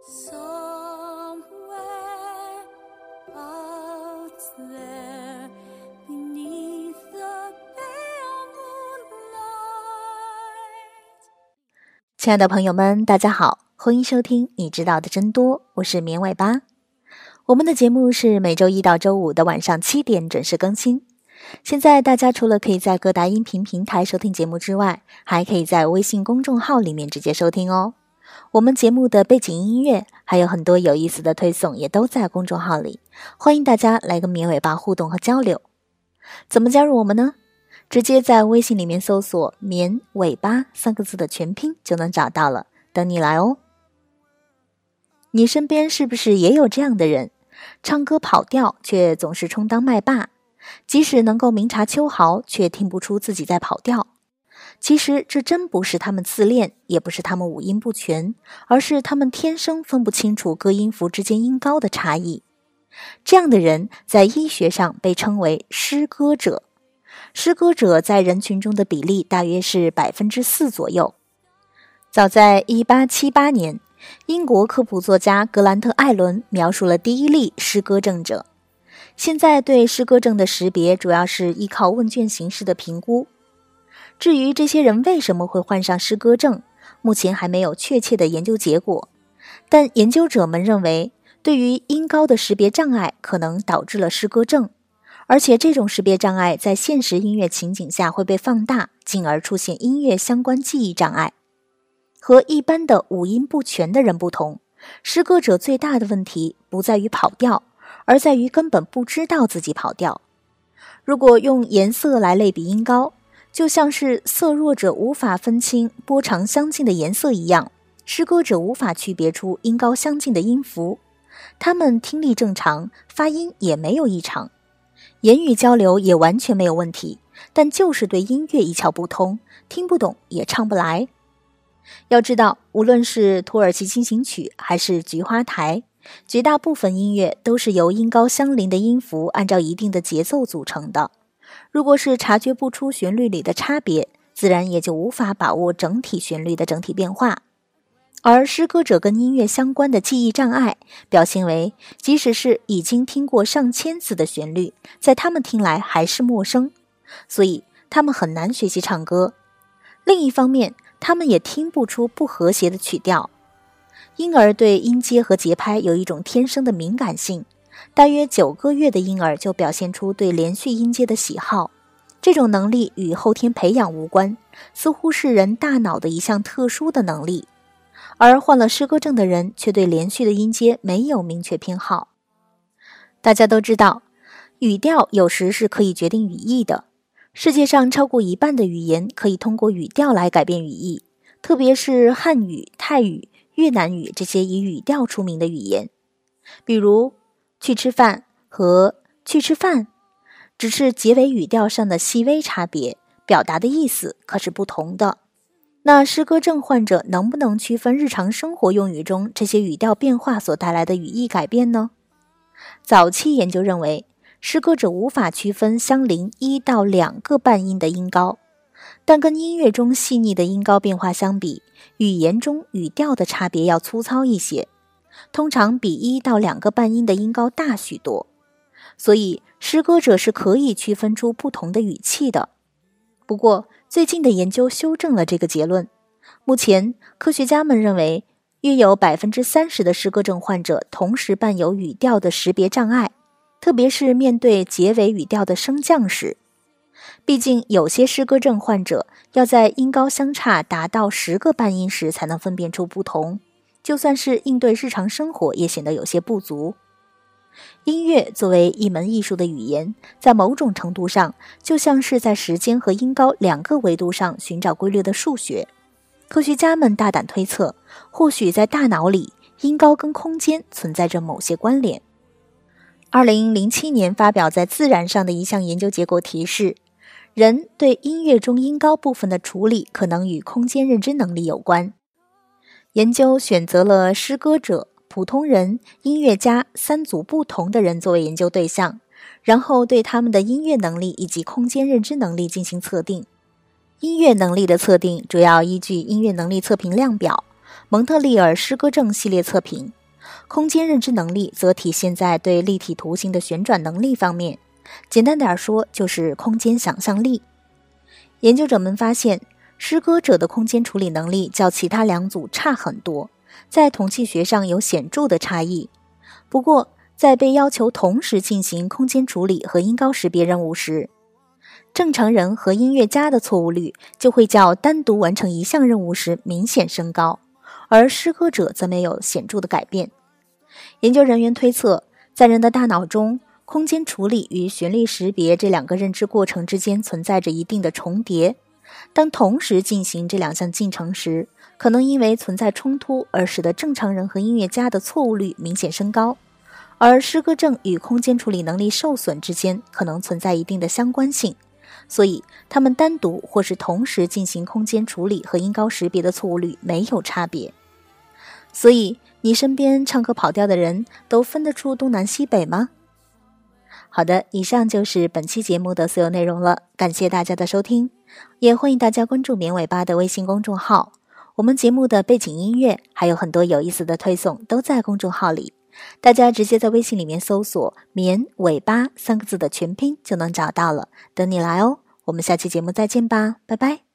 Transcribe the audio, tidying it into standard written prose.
Somewhere out there beneath the pale moonlight。 亲爱的朋友们，大家好，欢迎收听你知道的真多，我是绵尾巴。我们的节目是每周一到周五的晚上7点准时更新。现在大家除了可以在各大音频平台收听节目之外，还可以在微信公众号里面直接收听哦。我们节目的背景音乐还有很多有意思的推送也都在公众号里，欢迎大家来跟绵尾巴互动和交流。怎么加入我们呢？直接在微信里面搜索绵尾巴3个字的全拼就能找到了，等你来哦。你身边是不是也有这样的人，唱歌跑调却总是充当麦霸，即使能够明察秋毫，却听不出自己在跑调？其实这真不是他们自恋，也不是他们五音不全，而是他们天生分不清楚各音符之间音高的差异。这样的人在医学上被称为失歌者，失歌者在人群中的比例大约是 4% 左右。早在1878年，英国科普作家格兰特·艾伦描述了第一例失歌症者。现在对失歌症的识别主要是依靠问卷形式的评估。至于这些人为什么会患上失歌症，目前还没有确切的研究结果，但研究者们认为，对于音高的识别障碍可能导致了失歌症，而且这种识别障碍在现实音乐情景下会被放大，进而出现音乐相关记忆障碍。和一般的五音不全的人不同，失歌者最大的问题不在于跑调，而在于根本不知道自己跑调。如果用颜色来类比音高，就像是色弱者无法分清波长相近的颜色一样，失歌者无法区别出音高相近的音符。他们听力正常，发音也没有异常，言语交流也完全没有问题，但就是对音乐一窍不通，听不懂也唱不来。要知道，无论是土耳其进行曲还是菊花台，绝大部分音乐都是由音高相邻的音符按照一定的节奏组成的。如果是察觉不出旋律里的差别，自然也就无法把握整体旋律的整体变化。而失歌者跟音乐相关的记忆障碍，表现为即使是已经听过上千次的旋律，在他们听来还是陌生，所以他们很难学习唱歌。另一方面，他们也听不出不和谐的曲调，婴儿对音阶和节拍有一种天生的敏感性，大约9个月的婴儿就表现出对连续音阶的喜好。这种能力与后天培养无关，似乎是人大脑的一项特殊的能力。而患了失歌症的人却对连续的音阶没有明确偏好。大家都知道，语调有时是可以决定语义的。世界上超过一半的语言可以通过语调来改变语义，特别是汉语、泰语、越南语这些以语调出名的语言。比如去吃饭和去吃饭，只是结尾语调上的细微差别，表达的意思可是不同的。那失歌症患者能不能区分日常生活用语中这些语调变化所带来的语义改变呢？早期研究认为，失歌者无法区分相邻1到2个半音的音高，但跟音乐中细腻的音高变化相比，语言中语调的差别要粗糙一些，通常比1到2个半音的音高大许多，所以失歌者是可以区分出不同的语气的。不过，最近的研究修正了这个结论。目前，科学家们认为，约有 30% 的失歌症患者同时伴有语调的识别障碍，特别是面对结尾语调的升降时。毕竟，有些失歌症患者要在音高相差达到10个半音时才能分辨出不同，就算是应对日常生活也显得有些不足。音乐作为一门艺术的语言，在某种程度上就像是在时间和音高2个维度上寻找规律的数学。科学家们大胆推测，或许在大脑里，音高跟空间存在着某些关联。2007年发表在《自然》上的一项研究结果提示，人对音乐中音高部分的处理可能与空间认知能力有关。研究选择了失歌者、普通人、音乐家3组不同的人作为研究对象，然后对他们的音乐能力以及空间认知能力进行测定。音乐能力的测定主要依据音乐能力测评量表， 蒙特利尔诗歌症系列测评，空间认知能力则体现在对立体图形的旋转能力方面，简单点说就是空间想象力。研究者们发现，诗歌者的空间处理能力较其他两组差很多，在统计学上有显著的差异。不过，在被要求同时进行空间处理和音高识别任务时，正常人和音乐家的错误率就会较单独完成一项任务时明显升高，而诗歌者则没有显著的改变。研究人员推测，在人的大脑中，空间处理与旋律识别这两个认知过程之间存在着一定的重叠。当同时进行这两项进程时，可能因为存在冲突而使得正常人和音乐家的错误率明显升高，而诗歌症与空间处理能力受损之间可能存在一定的相关性，所以他们单独或是同时进行空间处理和音高识别的错误率没有差别。所以你身边唱歌跑调的人都分得出东南西北吗？好的，以上就是本期节目的所有内容了，感谢大家的收听，也欢迎大家关注棉尾巴的微信公众号，我们节目的背景音乐还有很多有意思的推送都在公众号里，大家直接在微信里面搜索棉尾巴3个字的全拼就能找到了，等你来哦。我们下期节目再见吧，拜拜。